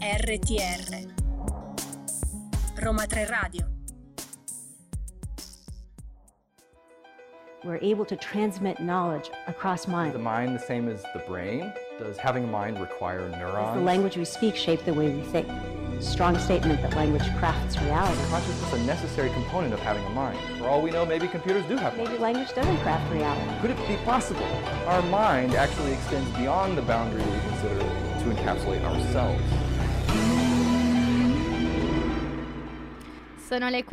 RTR Roma 3 Radio. We're able to transmit knowledge across mind. Is the mind the same as the brain? Does having a mind require neurons? Does the language we speak shape the way we think? Strong statement that language crafts reality. Consciousness is a necessary component of having a mind. For all we know, maybe computers do have Maybe minds. language doesn't craft reality. Could it be possible? Our mind actually extends beyond the boundary we consider to encapsulate ourselves. Sono le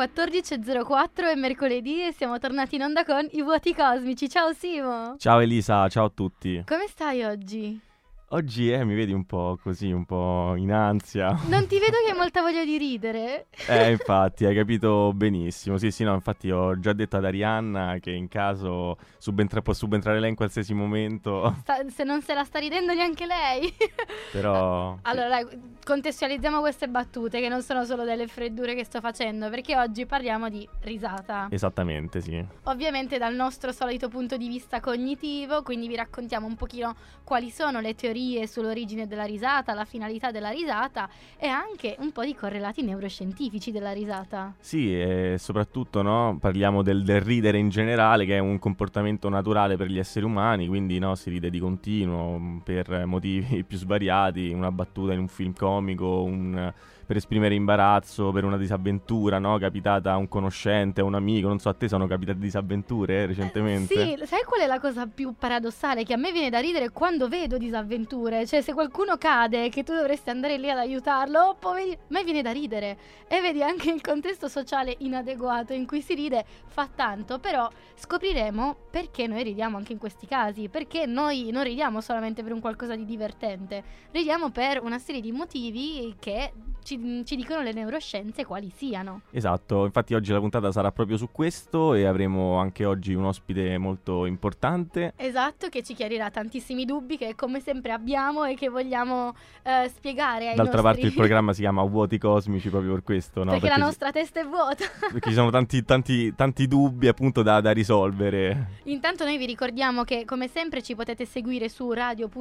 14.04, è mercoledì e siamo tornati in onda con I Vuoti Cosmici. Ciao Simo! Ciao Elisa, ciao a tutti. Come stai oggi? Oggi mi vedi un po' così, un po' in ansia. Non ti vedo che hai molta voglia di ridere. Infatti, hai capito benissimo. Sì, no, infatti ho già detto ad Arianna che in caso può subentrare lei in qualsiasi momento. Se non se la sta ridendo neanche lei. Però... Allora, dai, contestualizziamo queste battute che non sono solo delle freddure che sto facendo, perché oggi parliamo di risata. Esattamente, sì. Ovviamente dal nostro solito punto di vista cognitivo, quindi vi raccontiamo un pochino quali sono le teorie sull'origine della risata, la finalità della risata e anche un po' di correlati neuroscientifici della risata. Sì, e soprattutto, no, parliamo del ridere in generale, che è un comportamento naturale per gli esseri umani, quindi no, si ride di continuo per motivi più svariati, una battuta in un film comico, per esprimere imbarazzo, per una disavventura, no, capitata a un conoscente, a un amico, non so, a te sono capitate disavventure recentemente? Sì, sai qual è la cosa più paradossale? Che a me viene da ridere quando vedo disavventure, cioè se qualcuno cade che tu dovresti andare lì ad aiutarlo, a me viene da ridere. E vedi anche il contesto sociale inadeguato in cui si ride fa tanto, però scopriremo perché noi ridiamo anche in questi casi, perché noi non ridiamo solamente per un qualcosa di divertente, ridiamo per una serie di motivi che ci dicono le neuroscienze quali siano. Esatto, infatti oggi la puntata sarà proprio su questo e avremo anche oggi un ospite molto importante. Esatto, che ci chiarirà tantissimi dubbi che come sempre abbiamo e che vogliamo spiegare ai D'altra nostri... parte il programma si chiama Vuoti Cosmici proprio per questo, no? Perché la nostra testa è vuota. Perché ci sono tanti dubbi appunto da risolvere. Intanto noi vi ricordiamo che come sempre ci potete seguire su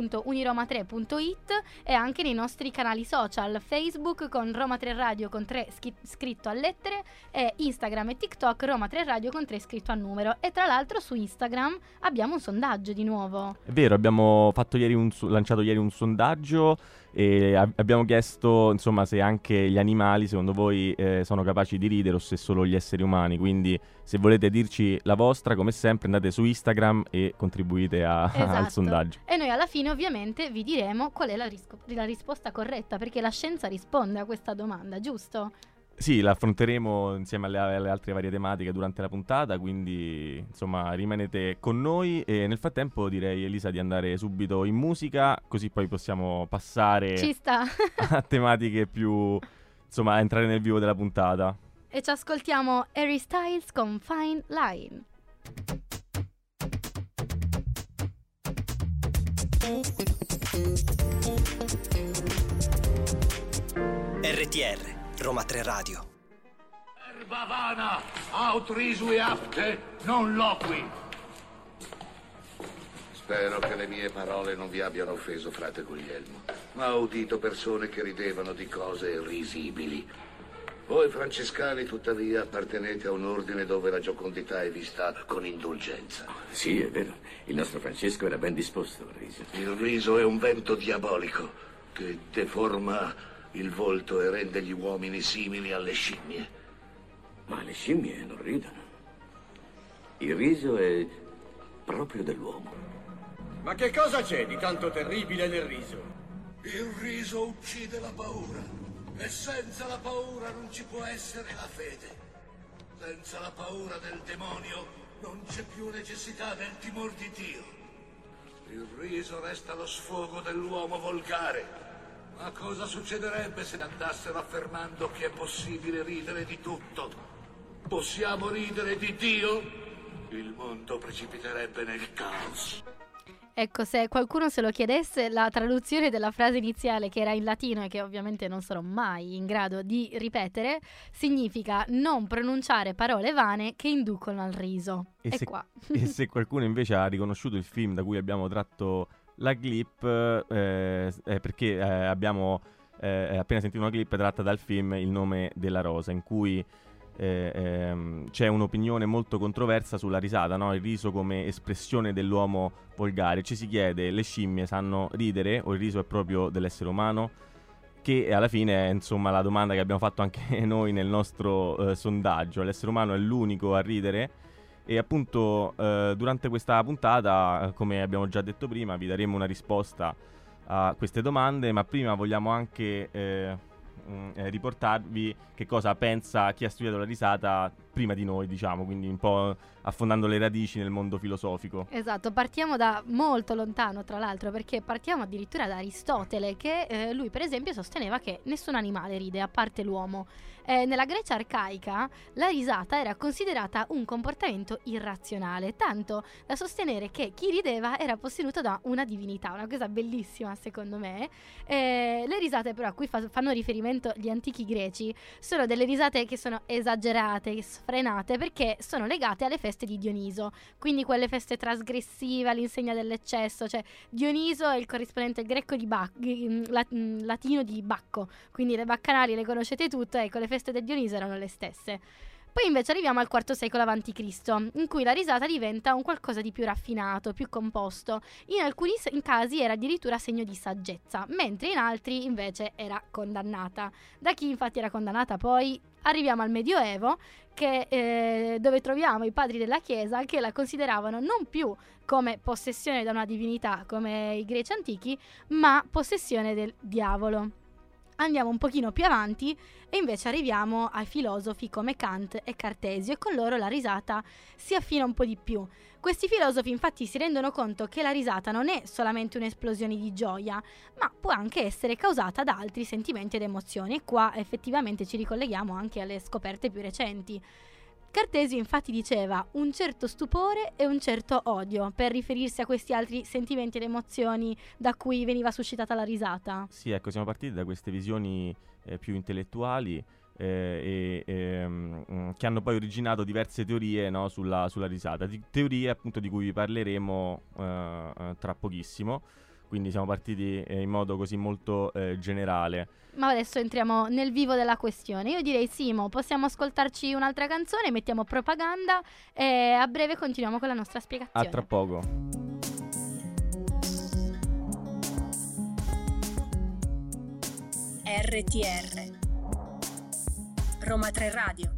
radio.uniroma3.it e anche nei nostri canali social, Facebook con Roma 3 Radio con 3 scritto a lettere e Instagram e TikTok Roma 3 Radio con 3 scritto a numero. E tra l'altro su Instagram abbiamo un sondaggio di nuovo. È vero, abbiamo fatto lanciato ieri un sondaggio e abbiamo chiesto insomma se anche gli animali secondo voi sono capaci di ridere o se solo gli esseri umani, quindi se volete dirci la vostra come sempre andate su Instagram e contribuite Esatto. al sondaggio. E noi alla fine ovviamente vi diremo qual è la risposta corretta, perché la scienza risponde a questa domanda, giusto? Sì, la affronteremo insieme alle altre varie tematiche durante la puntata, quindi insomma rimanete con noi e nel frattempo direi Elisa di andare subito in musica, così poi possiamo passare Ci sta. a tematiche più, insomma, a entrare nel vivo della puntata. E ci ascoltiamo Harry Styles con Fine Line. RTR Roma 3 Radio. Erba vana, aut risui apte, non loqui. Spero che le mie parole non vi abbiano offeso, frate Guglielmo, ma ho udito persone che ridevano di cose risibili. Voi francescani, tuttavia, appartenete a un ordine dove la giocondità è vista con indulgenza. Sì, è vero. Il nostro Francesco era ben disposto al riso. Il riso è un vento diabolico che deforma il volto e rende gli uomini simili alle scimmie. Ma le scimmie non ridono. Il riso è proprio dell'uomo. Ma che cosa c'è di tanto terribile nel riso? Il riso uccide la paura. E senza la paura non ci può essere la fede. Senza la paura del demonio non c'è più necessità del timor di Dio. Il riso resta lo sfogo dell'uomo volgare. Ma cosa succederebbe se andassero affermando che è possibile ridere di tutto? Possiamo ridere di Dio? Il mondo precipiterebbe nel caos. Ecco, se qualcuno se lo chiedesse, la traduzione della frase iniziale, che era in latino e che ovviamente non sarò mai in grado di ripetere, significa non pronunciare parole vane che inducono al riso. E se qualcuno invece ha riconosciuto il film da cui abbiamo tratto la clip, perché abbiamo appena sentito una clip tratta dal film Il nome della rosa, in cui c'è un'opinione molto controversa sulla risata, no? Il riso come espressione dell'uomo volgare. Ci si chiede: le scimmie sanno ridere o il riso è proprio dell'essere umano? Che alla fine è insomma la domanda che abbiamo fatto anche noi nel nostro sondaggio. L'essere umano è l'unico a ridere? E appunto durante questa puntata, come abbiamo già detto prima, vi daremo una risposta a queste domande, ma prima vogliamo anche riportarvi che cosa pensa chi ha studiato la risata prima di noi, diciamo, quindi un po' affondando le radici nel mondo filosofico. Esatto, partiamo da molto lontano, tra l'altro, perché partiamo addirittura da Aristotele, che lui per esempio sosteneva che nessun animale ride a parte l'uomo. Nella Grecia arcaica la risata era considerata un comportamento irrazionale, tanto da sostenere che chi rideva era posseduto da una divinità, una cosa bellissima secondo me. Le risate però a cui fanno riferimento gli antichi greci sono delle risate che sono esagerate, sfrenate, perché sono legate alle feste di Dioniso, quindi quelle feste trasgressive all'insegna dell'eccesso. Cioè Dioniso è il corrispondente greco di latino di Bacco, quindi le baccanali le conoscete tutte, ecco, le feste del Dioniso erano le stesse. Poi invece arriviamo al IV secolo a.C., in cui la risata diventa un qualcosa di più raffinato, più composto. In alcuni casi era addirittura segno di saggezza, mentre in altri invece era condannata. Da chi infatti era condannata poi? Arriviamo al Medioevo, dove troviamo i padri della Chiesa che la consideravano non più come possessione da una divinità come i greci antichi, ma possessione del diavolo. Andiamo un pochino più avanti e invece arriviamo ai filosofi come Kant e Cartesio, e con loro la risata si affina un po' di più. Questi filosofi infatti si rendono conto che la risata non è solamente un'esplosione di gioia, ma può anche essere causata da altri sentimenti ed emozioni, e qua effettivamente ci ricolleghiamo anche alle scoperte più recenti. Cartesio infatti diceva un certo stupore e un certo odio, per riferirsi a questi altri sentimenti ed emozioni da cui veniva suscitata la risata. Sì, ecco, siamo partiti da queste visioni più intellettuali che hanno poi originato diverse teorie, no, sulla risata, teorie appunto di cui vi parleremo tra pochissimo. Quindi siamo partiti in modo così molto generale. Ma adesso entriamo nel vivo della questione. Io direi, Simo, possiamo ascoltarci un'altra canzone, mettiamo propaganda e a breve continuiamo con la nostra spiegazione. A tra poco. RTR Roma 3 Radio.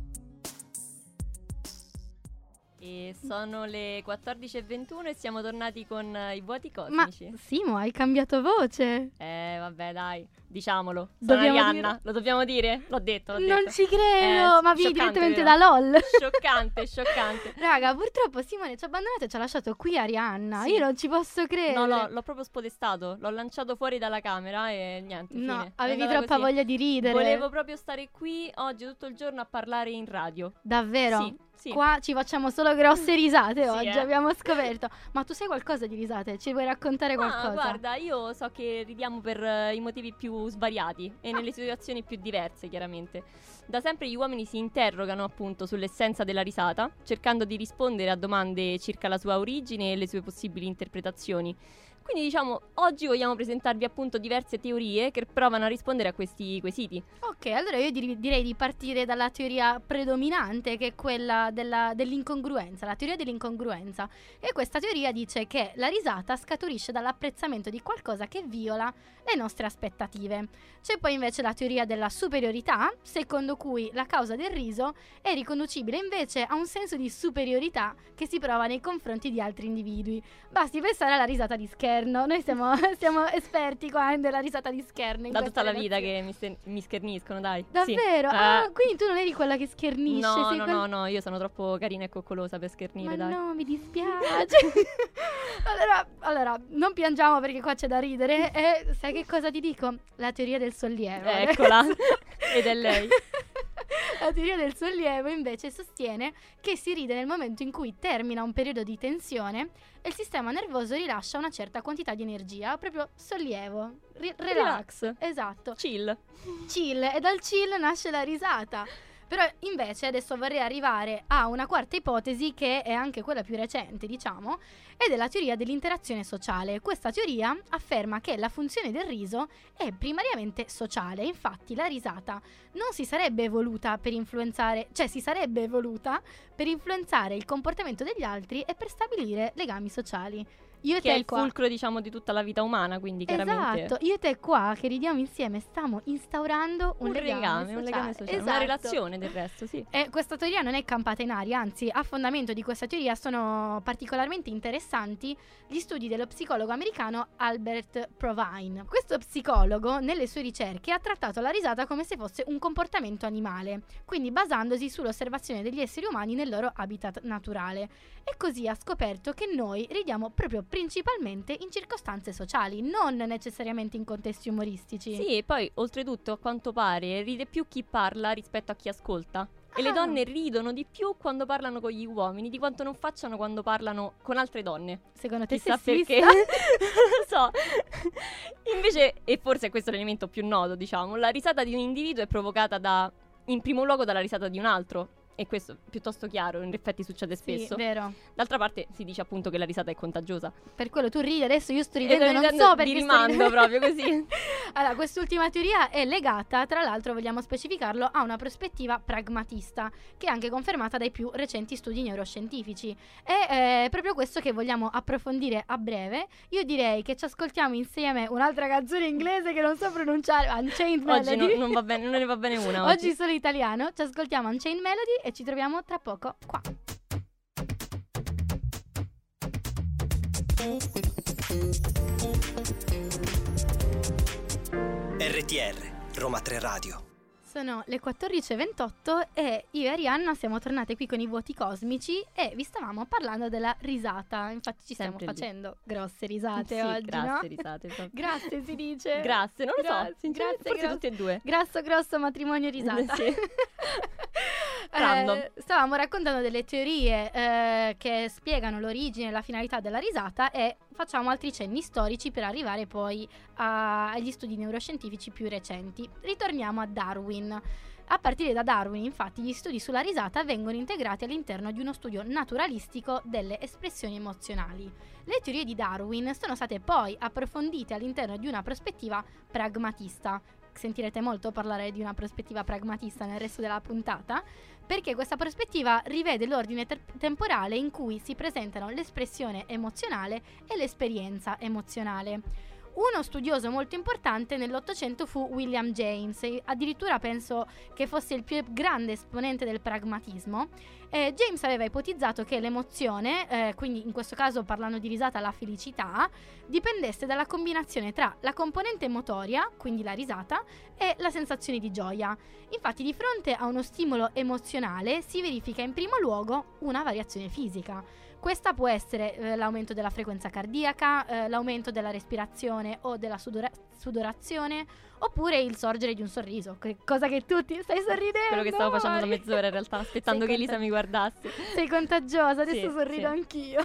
E sono le 14:21 e siamo tornati con i vuoti cosmici. Ma Simo, hai cambiato voce. Vabbè, dai, diciamolo. Sono Arianna, lo dobbiamo dire? L'ho detto. Non ci credo, ma vieni direttamente da LOL. Scioccante. Raga, purtroppo Simone ci ha abbandonato e ci ha lasciato qui Arianna. Sì. Io non ci posso credere. No, l'ho proprio spodestato. L'ho lanciato fuori dalla camera e niente, no, fine. Avevi troppa voglia di ridere. Volevo proprio stare qui oggi tutto il giorno a parlare in radio. Davvero? Sì. Qua ci facciamo solo grosse risate oggi, abbiamo scoperto. Ma tu sai qualcosa di risate? Ci vuoi raccontare qualcosa? Guarda, io so che ridiamo per i motivi più svariati e nelle situazioni più diverse, chiaramente. Da sempre gli uomini si interrogano appunto sull'essenza della risata, cercando di rispondere a domande circa la sua origine e le sue possibili interpretazioni. Quindi diciamo, oggi vogliamo presentarvi appunto diverse teorie che provano a rispondere a questi quesiti. Ok, allora io direi di partire dalla teoria predominante, che è quella dell'incongruenza, la teoria dell'incongruenza. E questa teoria dice che la risata scaturisce dall'apprezzamento di qualcosa che viola le nostre aspettative. C'è poi invece la teoria della superiorità, secondo cui la causa del riso è riconducibile invece a un senso di superiorità che si prova nei confronti di altri individui. Basti pensare alla risata di scherno. Noi siamo esperti qua della risata di scherno. Da tutta la vita che mi scherniscono, dai. Davvero? Sì. Quindi tu non eri quella che schernisce? No, io sono troppo carina e coccolosa per schernire, ma dai. No, mi dispiace. allora, non piangiamo perché qua c'è da ridere. E sai che cosa ti dico? La teoria del sollievo. Eccola, ed è lei. La teoria del sollievo invece sostiene che si ride nel momento in cui termina un periodo di tensione e il sistema nervoso rilascia una certa quantità di energia, proprio sollievo, relax. Esatto. Chill. E dal chill nasce la risata. Però invece adesso vorrei arrivare a una quarta ipotesi, che è anche quella più recente, diciamo, ed è la teoria dell'interazione sociale. Questa teoria afferma che la funzione del riso è primariamente sociale. Infatti la risata non si sarebbe evoluta per influenzare, cioè si sarebbe evoluta per influenzare il comportamento degli altri e per stabilire legami sociali. Io e che te è il qua, fulcro, diciamo, di tutta la vita umana, quindi chiaramente esatto, io e te qua che ridiamo insieme stiamo instaurando un legame sociale, esatto. una relazione del resto, sì. E questa teoria non è campata in aria, anzi a fondamento di questa teoria sono particolarmente interessanti gli studi dello psicologo americano Albert Provine. Questo psicologo nelle sue ricerche ha trattato la risata come se fosse un comportamento animale, quindi basandosi sull'osservazione degli esseri umani nel loro habitat naturale, e così ha scoperto che noi ridiamo proprio principalmente in circostanze sociali, non necessariamente in contesti umoristici. Sì, e poi oltretutto a quanto pare ride più chi parla rispetto a chi ascolta. E le donne ridono di più quando parlano con gli uomini di quanto non facciano quando parlano con altre donne. Secondo te chissà sessista? perché? Non lo so. Invece, e forse è questo l'elemento più noto, diciamo, la risata di un individuo è provocata in primo luogo dalla risata di un altro. E questo è piuttosto chiaro, in effetti succede spesso. Sì, vero. D'altra parte si dice appunto che la risata è contagiosa. Per quello tu ridi, adesso io sto ridendo e non so perché ti rimando proprio così. Allora, quest'ultima teoria è legata, tra l'altro vogliamo specificarlo, a una prospettiva pragmatista, che è anche confermata dai più recenti studi neuroscientifici. E è proprio questo che vogliamo approfondire a breve. Io direi che ci ascoltiamo insieme un'altra canzone inglese che non so pronunciare, Unchained Melody. Oggi non va bene, non ne va bene una. Oggi solo italiano. Ci ascoltiamo Unchained Melody e ci troviamo tra poco qua. RTR, Roma 3 Radio. Sono le 14:28 e io e Arianna siamo tornate qui con i vuoti cosmici e vi stavamo parlando della risata. Infatti ci stiamo facendo grosse risate sì, oggi, grasse no? risate proprio. Grasse si dice. Grasse, non lo so, sinceramente forse tutte e due. Grosso matrimonio risata. Sì. Random. Stavamo raccontando delle teorie che spiegano l'origine e la finalità della risata e facciamo altri cenni storici per arrivare poi agli studi neuroscientifici più recenti. Ritorniamo a Darwin. A partire da Darwin, infatti, gli studi sulla risata vengono integrati all'interno di uno studio naturalistico delle espressioni emozionali. Le teorie di Darwin sono state poi approfondite all'interno di una prospettiva pragmatista. Sentirete molto parlare di una prospettiva pragmatista nel resto della puntata, perché questa prospettiva rivede l'ordine temporale in cui si presentano l'espressione emozionale e l'esperienza emozionale. Uno studioso molto importante nell'Ottocento fu William James, addirittura penso che fosse il più grande esponente del pragmatismo. James aveva ipotizzato che l'emozione, quindi in questo caso parlando di risata la felicità, dipendesse dalla combinazione tra la componente motoria, quindi la risata, e la sensazione di gioia. Infatti di fronte a uno stimolo emozionale si verifica in primo luogo una variazione fisica. Questa può essere l'aumento della frequenza cardiaca, l'aumento della respirazione o della sudorazione, oppure il sorgere di un sorriso, cosa che tutti stai sorridendo. Quello che stavo facendo da mezz'ora in realtà, aspettando che Elisa mi guardasse. Sei contagiosa, adesso sì, sorrido anch'io.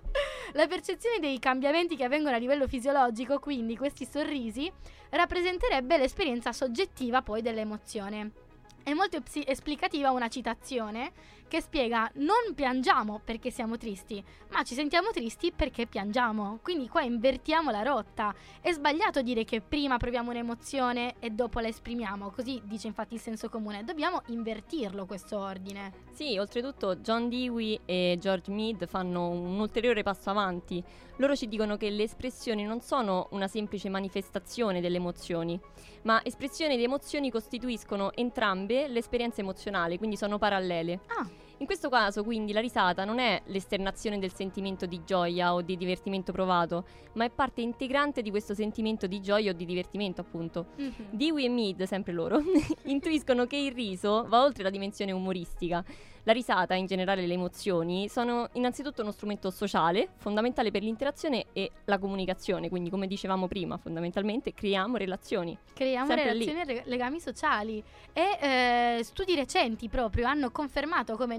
La percezione dei cambiamenti che avvengono a livello fisiologico, quindi questi sorrisi, rappresenterebbe l'esperienza soggettiva poi dell'emozione. È molto esplicativa una citazione che spiega: non piangiamo perché siamo tristi, ma ci sentiamo tristi perché piangiamo. Quindi qua invertiamo la rotta. È sbagliato dire che prima proviamo un'emozione e dopo la esprimiamo, così dice infatti il senso comune. Dobbiamo invertirlo questo ordine. Sì, oltretutto John Dewey e George Mead fanno un ulteriore passo avanti. Loro ci dicono che le espressioni non sono una semplice manifestazione delle emozioni, ma espressioni di emozioni costituiscono entrambe l'esperienza emozionale, quindi sono parallele. In questo caso, quindi, la risata non è l'esternazione del sentimento di gioia o di divertimento provato, ma è parte integrante di questo sentimento di gioia o di divertimento, appunto. Dewey e Mead, sempre loro, intuiscono che il riso va oltre la dimensione umoristica. La risata, in generale le emozioni, sono innanzitutto uno strumento sociale, fondamentale per l'interazione e la comunicazione, quindi come dicevamo prima, fondamentalmente creiamo relazioni. Creiamo relazioni e legami sociali. E studi recenti proprio hanno confermato come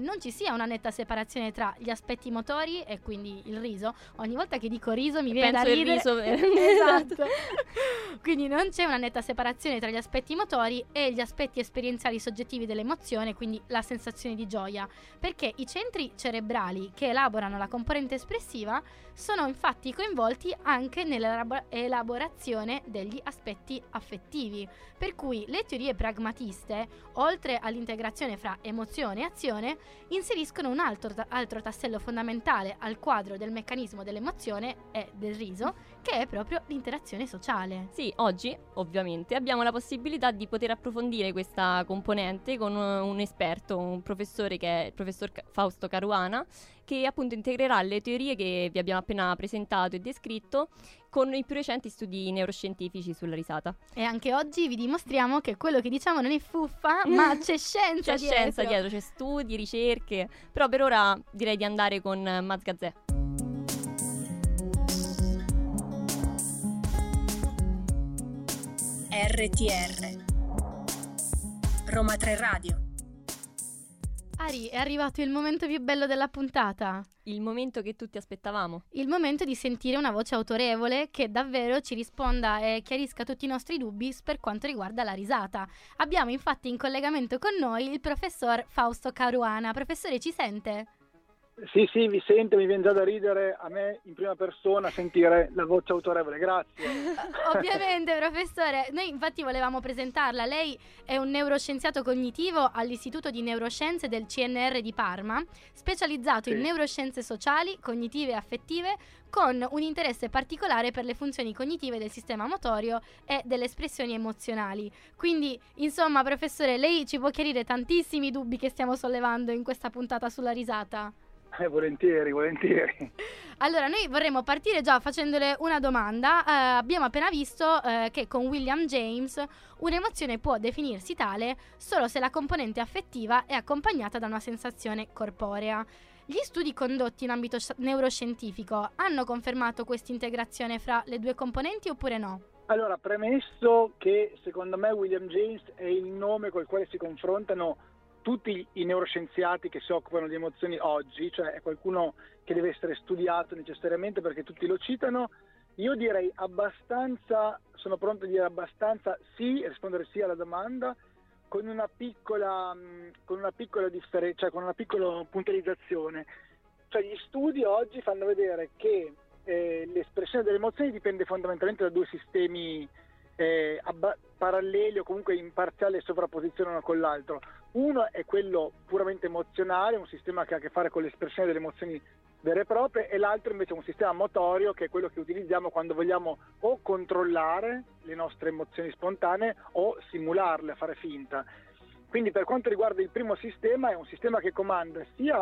non ci sia una netta separazione tra gli aspetti motori e quindi il riso. Ogni volta che dico riso mi viene da ridere. Esatto. Quindi non c'è una netta separazione tra gli aspetti motori e gli aspetti esperienziali soggettivi dell'emozione, quindi la sensazione di gioia, perché i centri cerebrali che elaborano la componente espressiva sono infatti coinvolti anche nell'elaborazione degli aspetti affettivi, per cui le teorie pragmatiste, oltre all'integrazione fra emozione e azione, inseriscono un altro tassello fondamentale al quadro del meccanismo dell'emozione e del riso, che è proprio l'interazione sociale. Sì, oggi ovviamente abbiamo la possibilità di poter approfondire questa componente con un esperto, un professore che è il professor Fausto Caruana, che appunto integrerà le teorie che vi abbiamo appena presentato e descritto con i più recenti studi neuroscientifici sulla risata. E anche oggi vi dimostriamo che quello che diciamo non è fuffa, ma c'è scienza dietro. C'è scienza dietro, c'è studi, ricerche. Però per ora direi di andare con Maz Gazzè. RTR Roma 3 Radio. Ari, è arrivato il momento più bello della puntata. Il momento che tutti aspettavamo. Il momento di sentire una voce autorevole che davvero ci risponda e chiarisca tutti i nostri dubbi per quanto riguarda la risata. Abbiamo infatti in collegamento con noi il professor Fausto Caruana. Professore, ci sente? Sì, vi sento, mi viene già da ridere a me in prima persona sentire la voce autorevole, grazie. Ovviamente, professore, noi infatti volevamo presentarla. Lei è un neuroscienziato cognitivo all'Istituto di Neuroscienze del CNR di Parma, specializzato in neuroscienze sociali, cognitive e affettive, con un interesse particolare per le funzioni cognitive del sistema motorio e delle espressioni emozionali. Quindi, insomma, professore, lei ci può chiarire tantissimi dubbi che stiamo sollevando in questa puntata sulla risata? Volentieri. Allora, noi vorremmo partire già facendole una domanda. Abbiamo appena visto che con William James un'emozione può definirsi tale solo se la componente affettiva è accompagnata da una sensazione corporea. Gli studi condotti in ambito neuroscientifico hanno confermato questa integrazione fra le due componenti oppure no? Allora, premesso che secondo me William James è il nome col quale si confrontano tutti i neuroscienziati che si occupano di emozioni oggi, cioè è qualcuno che deve essere studiato necessariamente perché tutti lo citano, io direi abbastanza, sono pronto a dire abbastanza sì, rispondere sì alla domanda, con una piccola differenza, cioè con una piccola puntualizzazione. Cioè gli studi oggi fanno vedere che l'espressione delle emozioni dipende fondamentalmente da due sistemi paralleli o comunque in parziale sovrapposizione uno con l'altro. Uno è quello puramente emozionale, un sistema che ha a che fare con l'espressione delle emozioni vere e proprie, e l'altro invece è un sistema motorio che è quello che utilizziamo quando vogliamo o controllare le nostre emozioni spontanee o simularle, fare finta. Quindi per quanto riguarda il primo sistema, è un sistema che comanda sia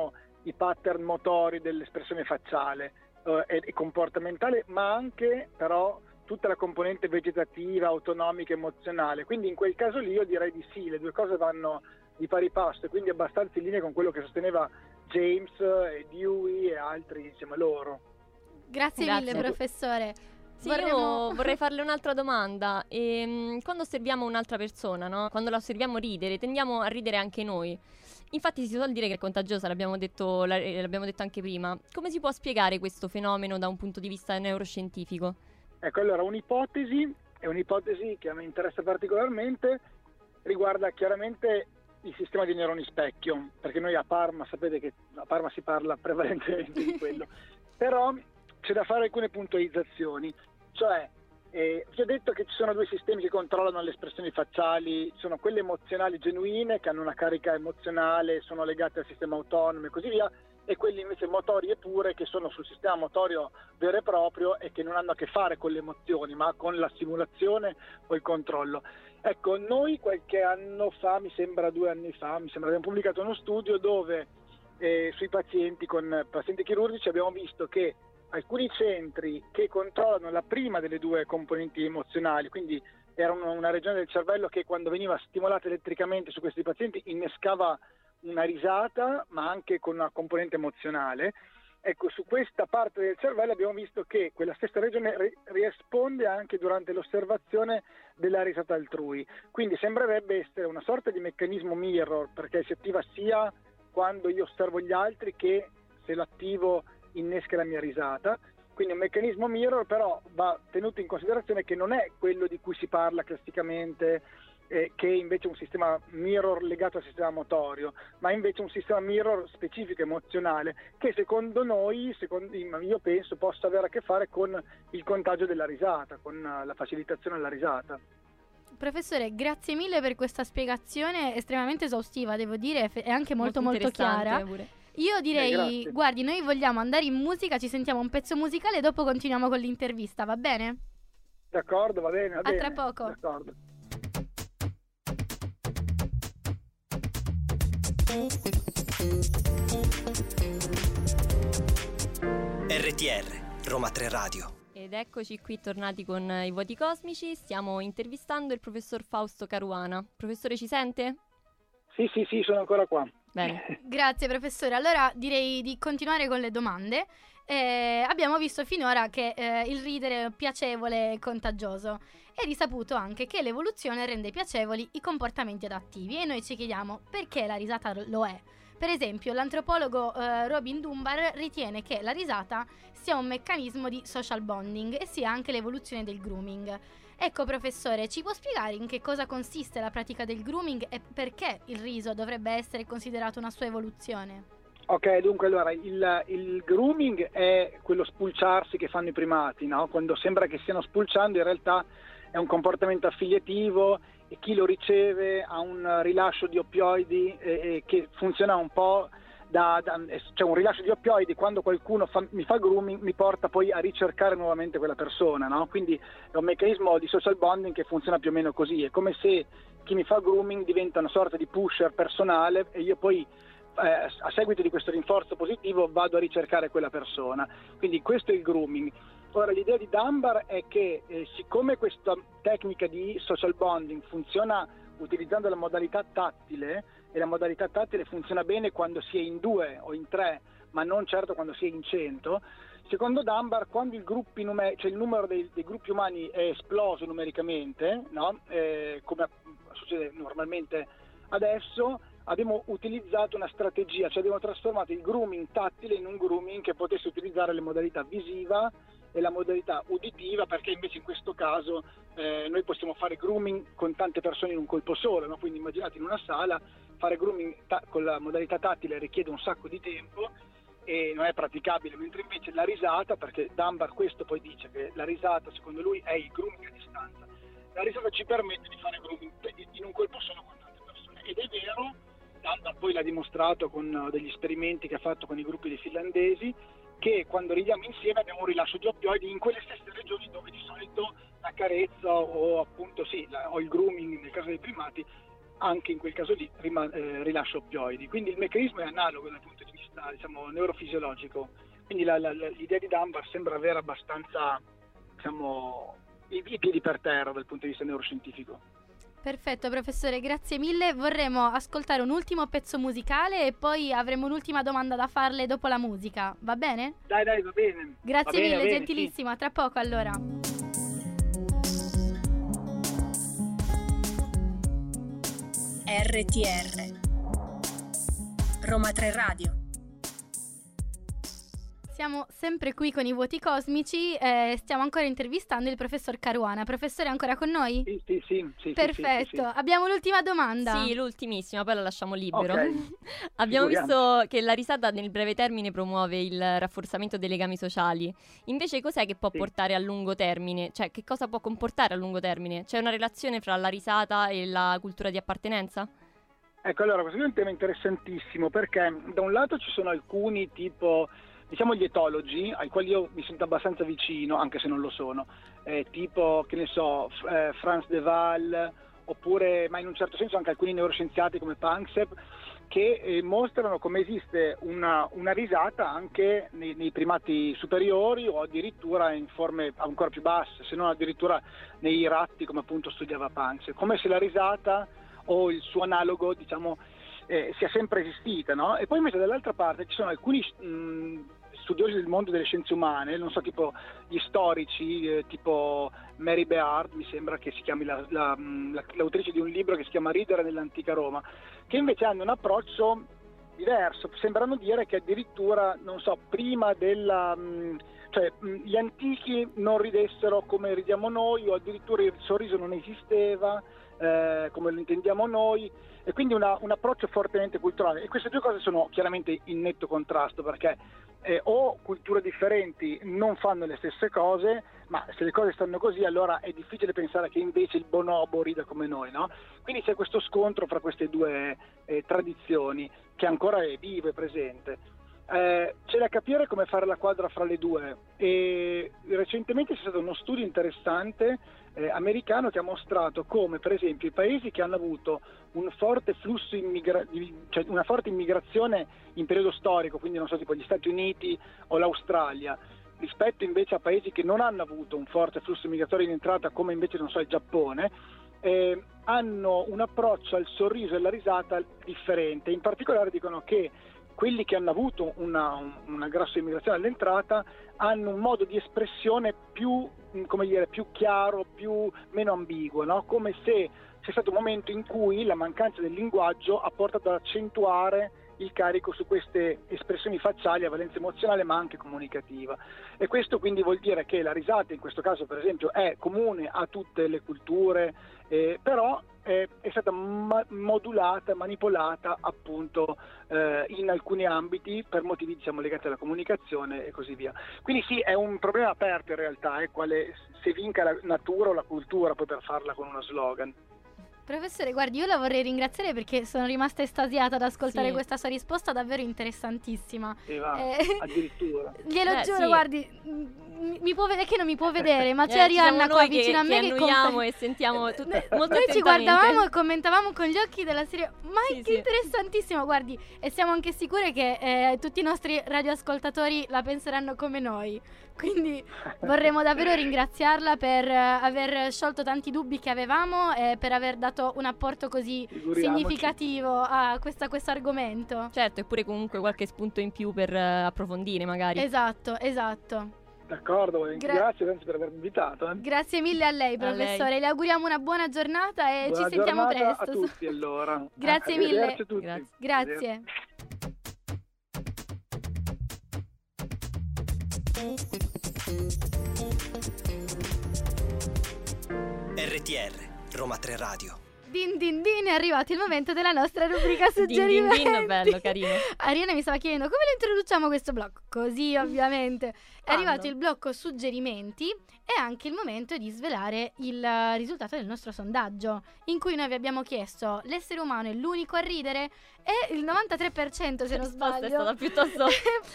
i pattern motori dell'espressione facciale e comportamentale, ma anche però tutta la componente vegetativa, autonomica, emozionale. Quindi in quel caso lì io direi di sì, le due cose vanno di pari passo, e quindi abbastanza in linea con quello che sosteneva James e Dewey e altri insieme a loro. Grazie mille, professore. Sì, io vorrei farle un'altra domanda. Quando osserviamo un'altra persona, no? Quando la osserviamo ridere, tendiamo a ridere anche noi. Infatti si suol dire che è contagiosa, l'abbiamo detto anche prima. Come si può spiegare questo fenomeno da un punto di vista neuroscientifico? Ecco, allora un'ipotesi che a me interessa particolarmente, riguarda chiaramente il sistema di neuroni specchio, perché noi a Parma, sapete che a Parma si parla prevalentemente di quello, però c'è da fare alcune puntualizzazioni, cioè vi ho detto che ci sono due sistemi che controllano le espressioni facciali, sono quelle emozionali genuine che hanno una carica emozionale, sono legate al sistema autonomo e così via, e quelli invece motorie pure che sono sul sistema motorio vero e proprio e che non hanno a che fare con le emozioni ma con la simulazione o il controllo. Ecco, noi qualche anno fa, mi sembra 2 anni fa, abbiamo pubblicato uno studio dove sui pazienti con pazienti chirurgici abbiamo visto che alcuni centri che controllano la prima delle due componenti emozionali, quindi era una regione del cervello che quando veniva stimolata elettricamente su questi pazienti innescava una risata, ma anche con una componente emozionale. Ecco, su questa parte del cervello abbiamo visto che quella stessa regione risponde anche durante l'osservazione della risata altrui. Quindi sembrerebbe essere una sorta di meccanismo mirror, perché si attiva sia quando io osservo gli altri che se l'attivo innesca la mia risata. Quindi un meccanismo mirror, però va tenuto in considerazione che non è quello di cui si parla classicamente, che invece è un sistema mirror legato al sistema motorio, ma invece un sistema mirror specifico emozionale che secondo noi, io penso, possa avere a che fare con il contagio della risata, con la facilitazione della risata. Professore, grazie mille per questa spiegazione estremamente esaustiva, devo dire, e anche molto chiara. Pure. Io direi, grazie. guardi, noi vogliamo andare in musica, ci sentiamo un pezzo musicale e dopo continuiamo con l'intervista, va bene? D'accordo, va bene. A tra poco. D'accordo. RTR, Roma 3 Radio. Ed eccoci qui tornati con i Vuoti Cosmici, stiamo intervistando il professor Fausto Caruana. Professore, ci sente? Sì, sono ancora qua. Bene. Grazie professore, allora direi di continuare con le domande. Abbiamo visto finora che il ridere è piacevole e contagioso. È risaputo anche che l'evoluzione rende piacevoli i comportamenti adattivi e noi ci chiediamo perché la risata lo è. Per esempio, l'antropologo Robin Dunbar ritiene che la risata sia un meccanismo di social bonding e sia anche l'evoluzione del grooming. Ecco professore, ci può spiegare in che cosa consiste la pratica del grooming e perché il riso dovrebbe essere considerato una sua evoluzione? Ok, dunque allora il grooming è quello spulciarsi che fanno i primati, no? Quando sembra che stiano spulciando, in realtà è un comportamento affiliativo e chi lo riceve ha un rilascio di oppioidi che funziona un po' cioè un rilascio di oppioidi quando qualcuno mi fa grooming mi porta poi a ricercare nuovamente quella persona, no? Quindi è un meccanismo di social bonding che funziona più o meno così, è come se chi mi fa grooming diventa una sorta di pusher personale e io poi a seguito di questo rinforzo positivo vado a ricercare quella persona, quindi questo è il grooming. Ora l'idea di Dunbar è che siccome questa tecnica di social bonding funziona utilizzando la modalità tattile, e la modalità tattile funziona bene quando si è in 2 o in 3, ma non certo quando si è in 100, secondo Dunbar quando cioè il numero dei gruppi umani è esploso numericamente, no? Come succede normalmente adesso, abbiamo utilizzato una strategia, cioè abbiamo trasformato il grooming tattile in un grooming che potesse utilizzare le modalità visiva e la modalità uditiva, perché invece in questo caso noi possiamo fare grooming con tante persone in un colpo solo, no? Quindi immaginate in una sala fare grooming con la modalità tattile richiede un sacco di tempo e non è praticabile, mentre invece la risata, perché Dunbar questo poi dice che la risata secondo lui è il grooming a distanza, la risata ci permette di fare grooming in un colpo solo con tante persone, ed è vero. Dunbar poi l'ha dimostrato con degli esperimenti che ha fatto con i gruppi di finlandesi, che quando ridiamo insieme abbiamo un rilascio di oppioidi in quelle stesse regioni dove di solito la carezza o appunto o il grooming nel caso dei primati, anche in quel caso lì rilascia oppioidi. Quindi il meccanismo è analogo dal punto di vista, diciamo, neurofisiologico. Quindi l'idea di Dunbar sembra avere abbastanza, diciamo, i piedi per terra dal punto di vista neuroscientifico. Perfetto professore, grazie mille. Vorremmo ascoltare un ultimo pezzo musicale e poi avremo un'ultima domanda da farle dopo la musica, va bene? Dai, va bene. Grazie mille, bene, gentilissimo, sì. A tra poco allora. RTR Roma 3 Radio. Siamo sempre qui con i Vuoti Cosmici, stiamo ancora intervistando il professor Caruana. Professore, è ancora con noi? Sì. Perfetto, sì. Abbiamo l'ultima domanda. Sì, l'ultimissima, poi la lasciamo libero. Okay. Abbiamo visto che la risata nel breve termine promuove il rafforzamento dei legami sociali. Invece cos'è che può portare a lungo termine? Cioè, che cosa può comportare a lungo termine? C'è una relazione fra la risata e la cultura di appartenenza? Ecco, allora, questo è un tema interessantissimo perché da un lato ci sono alcuni tipo, diciamo, gli etologi, ai quali io mi sento abbastanza vicino, anche se non lo sono, tipo, che ne so, Frans de Waal, oppure, ma in un certo senso anche alcuni neuroscienziati come Panksepp, che mostrano come esiste una risata anche nei primati superiori o addirittura in forme ancora più basse, se non addirittura nei ratti, come appunto studiava Panksepp, come se la risata o il suo analogo, diciamo, sia sempre esistita, no? E poi invece dall'altra parte ci sono alcuni studiosi del mondo delle scienze umane, non so, tipo gli storici, tipo Mary Beard, mi sembra che si chiami l'autrice di un libro che si chiama Ridere nell'antica Roma, che invece hanno un approccio diverso. Sembrano dire che addirittura, non so, prima della... cioè gli antichi non ridessero come ridiamo noi, o addirittura il sorriso non esisteva come lo intendiamo noi, e quindi un approccio fortemente culturale. E queste due cose sono chiaramente in netto contrasto, perché o culture differenti non fanno le stesse cose, ma se le cose stanno così allora è difficile pensare che invece il bonobo rida come noi, no? Quindi c'è questo scontro fra queste due tradizioni che ancora è vivo e presente. C'è da capire come fare la quadra fra le due, e recentemente c'è stato uno studio interessante americano che ha mostrato come, per esempio, i paesi che hanno avuto un forte flusso cioè una forte immigrazione in periodo storico, quindi non so, tipo gli Stati Uniti o l'Australia, rispetto invece a paesi che non hanno avuto un forte flusso migratorio in entrata, come invece, non so, il Giappone, hanno un approccio al sorriso e alla risata differente. In particolare dicono che quelli che hanno avuto una grossa immigrazione all'entrata hanno un modo di espressione più, come dire, più chiaro, meno ambiguo, no? Come se c'è stato un momento in cui la mancanza del linguaggio ha portato ad accentuare il carico su queste espressioni facciali a valenza emozionale ma anche comunicativa. E questo quindi vuol dire che la risata, in questo caso per esempio, è comune a tutte le culture, però è stata modulata, manipolata appunto in alcuni ambiti per motivi, diciamo, legati alla comunicazione e così via. Quindi sì, è un problema aperto in realtà, quale se vinca la natura o la cultura poi per farla con uno slogan. Professore, guardi, io la vorrei ringraziare perché sono rimasta estasiata ad ascoltare questa sua risposta davvero interessantissima. Addirittura. Glielo giuro, guardi, mi può vedere, che non mi può vedere, ma c'è Arianna qua vicino a me che annuiamo e sentiamo tutto molto Noi attentamente. ci guardavamo e commentavamo con gli occhi della serie, ma che interessantissimo, guardi, e siamo anche sicure che tutti i nostri radioascoltatori la penseranno come noi. Quindi vorremmo davvero ringraziarla per aver sciolto tanti dubbi che avevamo e per aver dato un apporto così significativo a questo argomento. Certo, eppure comunque qualche spunto in più per approfondire magari. Esatto. D'accordo, grazie per avermi invitato. Grazie mille a lei, professore. Le auguriamo una buona giornata e ci sentiamo presto. A tutti allora. Grazie mille. A tutti. Grazie. RTR, Roma 3 Radio. Din din din, è arrivato il momento della nostra rubrica suggerimenti. Din din din, bello, carino. Ariana mi stava chiedendo come lo introduciamo questo blocco. Così, ovviamente. È arrivato il blocco suggerimenti e anche il momento di svelare il risultato del nostro sondaggio, in cui noi vi abbiamo chiesto: l'essere umano è l'unico a ridere? E il 93%, se non sbaglio, è stata piuttosto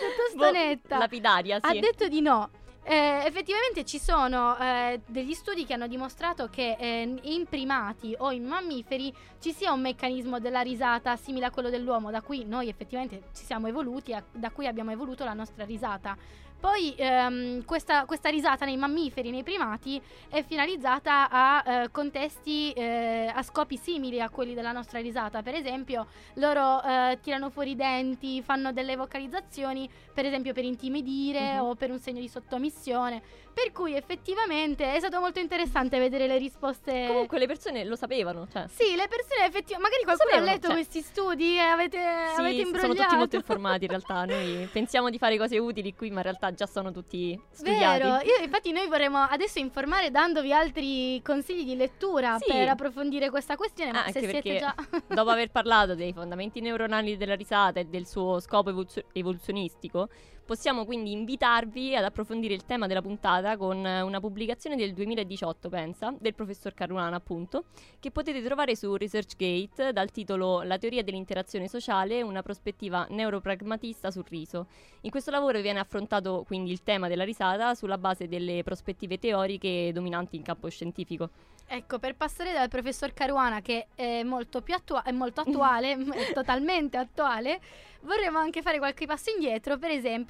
netta, lapidaria, sì. Ha detto di no. Effettivamente ci sono degli studi che hanno dimostrato che in primati o in mammiferi ci sia un meccanismo della risata simile a quello dell'uomo, da cui noi effettivamente ci siamo evoluti, da cui abbiamo evoluto la nostra risata. Poi questa risata nei mammiferi, nei primati, è finalizzata a contesti, a scopi simili a quelli della nostra risata. Per esempio, loro tirano fuori i denti, fanno delle vocalizzazioni, per esempio per intimidire o per un segno di sottomissione. Per cui effettivamente è stato molto interessante vedere le risposte. Comunque le persone lo sapevano, cioè. Sì, le persone effettivamente. Magari qualcuno ha letto questi studi e avete imbrogliato. Sono tutti molto informati in realtà. Noi pensiamo di fare cose utili qui, ma in realtà già sono tutti studiati. Vero, infatti noi vorremmo adesso informare dandovi altri consigli di lettura per approfondire questa questione, ma anche se siete già dopo aver parlato dei fondamenti neuronali della risata e del suo scopo evoluzionistico, possiamo quindi invitarvi ad approfondire il tema della puntata con una pubblicazione del 2018, pensa, del professor Caruana, appunto, che potete trovare su ResearchGate dal titolo La teoria dell'interazione sociale, una prospettiva neuropragmatista sul riso. In questo lavoro viene affrontato quindi il tema della risata sulla base delle prospettive teoriche dominanti in campo scientifico. Ecco, per passare dal professor Caruana, che è molto più è molto attuale, è totalmente attuale, vorremmo anche fare qualche passo indietro. Per esempio,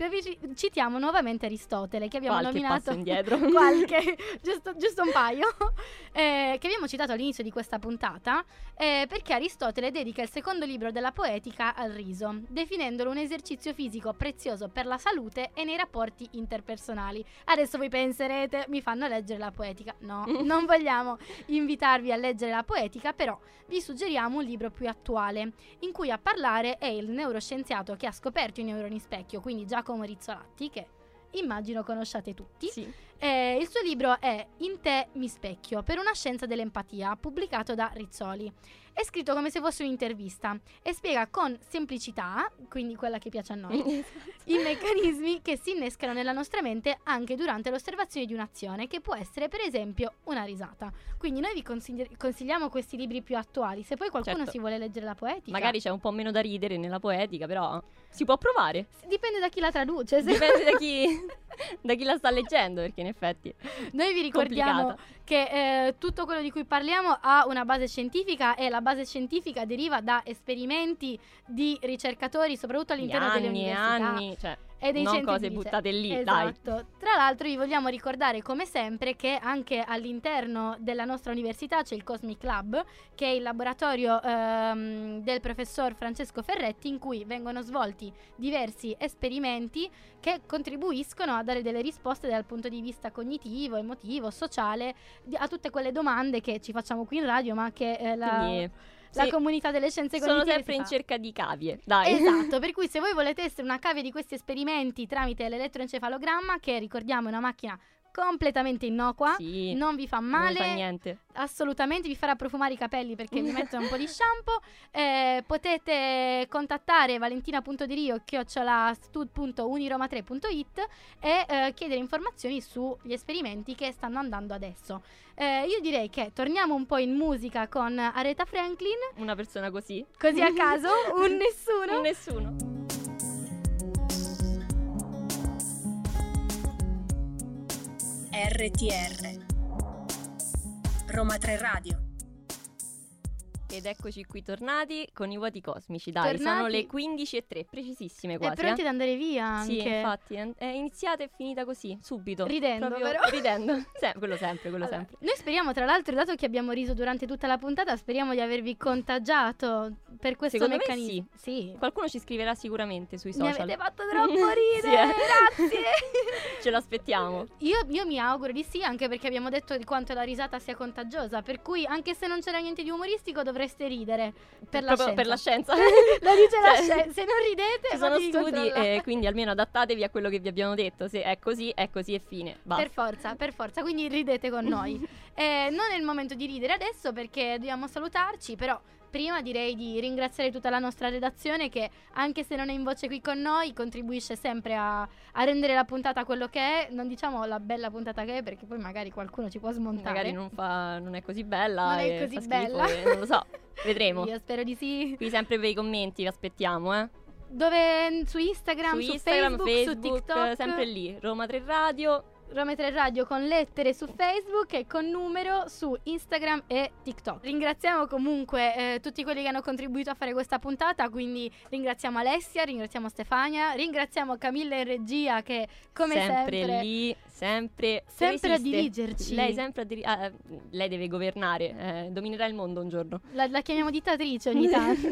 citiamo nuovamente Aristotele, che abbiamo Qualche nominato passo indietro. giusto un paio, che abbiamo citato all'inizio di questa puntata, perché Aristotele dedica il secondo libro della Poetica al riso, definendolo un esercizio fisico prezioso per la salute e nei rapporti interpersonali. Adesso voi penserete, mi fanno leggere la Poetica. No, non vogliamo invitarvi a leggere la Poetica, però vi suggeriamo un libro più attuale, in cui a parlare è il neuroscienziato che ha scoperto i neuroni specchio, quindi Giacomo Rizzolatti, che immagino conosciate tutti. Sì. Il suo libro è In te mi specchio, per una scienza dell'empatia, pubblicato da Rizzoli. È scritto come se fosse un'intervista e spiega con semplicità, quindi quella che piace a noi, i meccanismi che si innescano nella nostra mente anche durante l'osservazione di un'azione, che può essere per esempio una risata. Quindi noi vi consigliamo questi libri più attuali. Se poi qualcuno si vuole leggere la Poetica, magari c'è un po' meno da ridere nella Poetica, però si può provare. Dipende da chi la traduce. Dipende da chi la sta leggendo, perché in effetti noi vi ricordiamo che tutto quello di cui parliamo ha una base scientifica, e la base scientifica deriva da esperimenti di ricercatori, soprattutto all'interno delle università. E dei non centri cose di buttate lì, esatto. dai. Tra l'altro vi vogliamo ricordare come sempre che anche all'interno della nostra università c'è il Cosmic Lab, che è il laboratorio del professor Francesco Ferretti, in cui vengono svolti diversi esperimenti che contribuiscono a dare delle risposte dal punto di vista cognitivo, emotivo, sociale, a tutte quelle domande che ci facciamo qui in radio, ma che la comunità delle scienze cognitive sono sempre in cerca di cavie, dai. Esatto, per cui se voi volete essere una cavia di questi esperimenti tramite l'elettroencefalogramma, che ricordiamo è una macchina completamente innocua, non vi fa male, non vi fa niente, assolutamente, vi farà profumare i capelli perché vi mettono un po' di shampoo. Potete contattare valentina.dirio@stud.uniroma3.it e chiedere informazioni sugli esperimenti che stanno andando adesso. Io direi che torniamo un po' in musica con Aretha Franklin. Una persona così a caso, un nessuno. Un nessuno. RTR Roma 3 Radio. Ed eccoci qui tornati con i vuoti cosmici, dai, sono le 15:03, precisissime quasi. È pronti ad andare via anche. Sì, infatti, è iniziata e finita così, subito. Ridendo, però. Ridendo, quello sempre. Noi speriamo, tra l'altro, dato che abbiamo riso durante tutta la puntata, speriamo di avervi contagiato per questo meccanismo. Me sì. Qualcuno ci scriverà sicuramente sui social. Mi avete fatto troppo ridere, grazie. Ce l'aspettiamo. Io mi auguro di sì, anche perché abbiamo detto di quanto la risata sia contagiosa, per cui anche se non c'era niente di umoristico dovreste ridere per la scienza. Per la scienza. Lo dice la scienza. Se non ridete, ci sono studi e quindi almeno adattatevi a quello che vi abbiamo detto. Se è così e fine. Basta. Per forza, quindi ridete con noi. Non è il momento di ridere adesso perché dobbiamo salutarci, però prima direi di ringraziare tutta la nostra redazione che, anche se non è in voce qui con noi, contribuisce sempre a rendere la puntata quello che è. Non diciamo la bella puntata che è, perché poi magari qualcuno ci può smontare. Magari non è così bella. Non è così bella. Non lo so, vedremo. Io spero di sì. Qui sempre per i commenti vi aspettiamo, Dove? Su Instagram, su Facebook, su TikTok. Sempre lì, Roma 3 Radio. Roma 3 Radio con lettere su Facebook e con numero su Instagram e TikTok. Ringraziamo comunque tutti quelli che hanno contribuito a fare questa puntata, quindi ringraziamo Alessia, ringraziamo Stefania, ringraziamo Camilla in regia che come sempre lì, sempre a dirigerci. Lei sempre lei deve governare, dominerà il mondo un giorno. La chiamiamo dittatrice ogni tanto.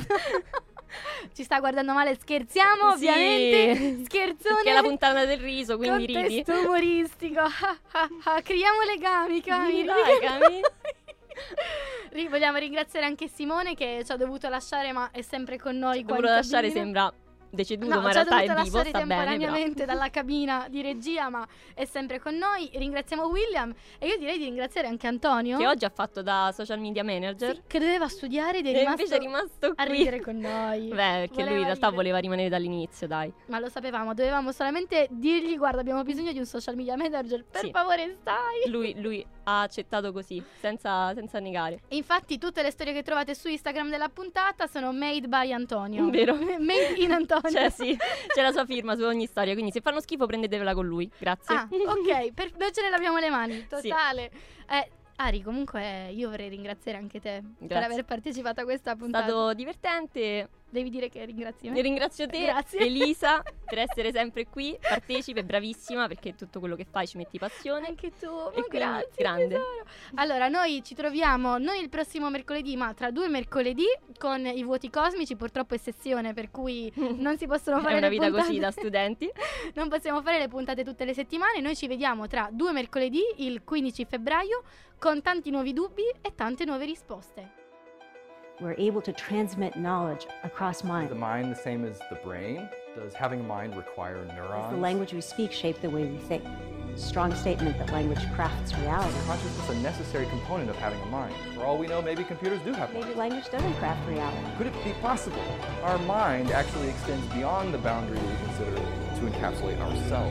Ci sta guardando male, scherziamo ovviamente. Scherzone. Perché è la puntata del riso, quindi ridi. Contesto umoristico. Creiamo legami, Cami. Dai, Cami. Vogliamo ringraziare anche Simone che ci ha dovuto lasciare, ma è sempre con noi. Dovuto lasciare, sembra deceduto, ma in realtà è vivo, sta bene. Temporaneamente dalla cabina di regia, ma è sempre con noi. Ringraziamo William e io direi di ringraziare anche Antonio, che oggi ha fatto da social media manager, sì, che doveva studiare ed invece è rimasto a ridere con noi. Perché lui in realtà voleva rimanere dall'inizio, dai. Ma lo sapevamo, dovevamo solamente dirgli: guarda, abbiamo bisogno di un social media manager, per favore stai. Lui ha accettato così, senza negare. E infatti tutte le storie che trovate su Instagram della puntata sono made by Antonio. Vero? Made in Antonio. Cioè sì, c'è la sua firma su ogni storia, quindi se fanno schifo prendetevela con lui, grazie. Ok, noi ce ne laviamo le mani, totale. Sì. Ari, comunque io vorrei ringraziare anche te per aver partecipato a questa puntata. È stato divertente. Devi dire che ringrazi me. E ringrazio te, Grazie. Elisa, per essere sempre qui, partecipe, bravissima, perché tutto quello che fai ci metti passione. Anche tu, ma quindi grazie, grande. tesoro. Allora, noi ci troviamo non il prossimo mercoledì, ma tra 2 mercoledì con i vuoti cosmici. Purtroppo è sessione, per cui non si possono fare È una le vita puntate. così da studenti. Non possiamo fare le puntate tutte le settimane. Noi ci vediamo tra 2 mercoledì, il 15 febbraio, con tanti nuovi dubbi e tante nuove risposte. We're able to transmit knowledge across Is the mind. mind the same as the brain? Does having a mind require Does neurons? the language we speak shape the way we think? Strong statement that language crafts reality. Is consciousness a necessary component of having a mind? For all we know, maybe computers do have Maybe minds. language doesn't craft reality. Could it be possible? Our mind actually extends beyond the boundary we consider to encapsulate ourselves.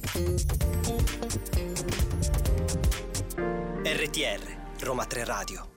RTR, Roma 3 Radio.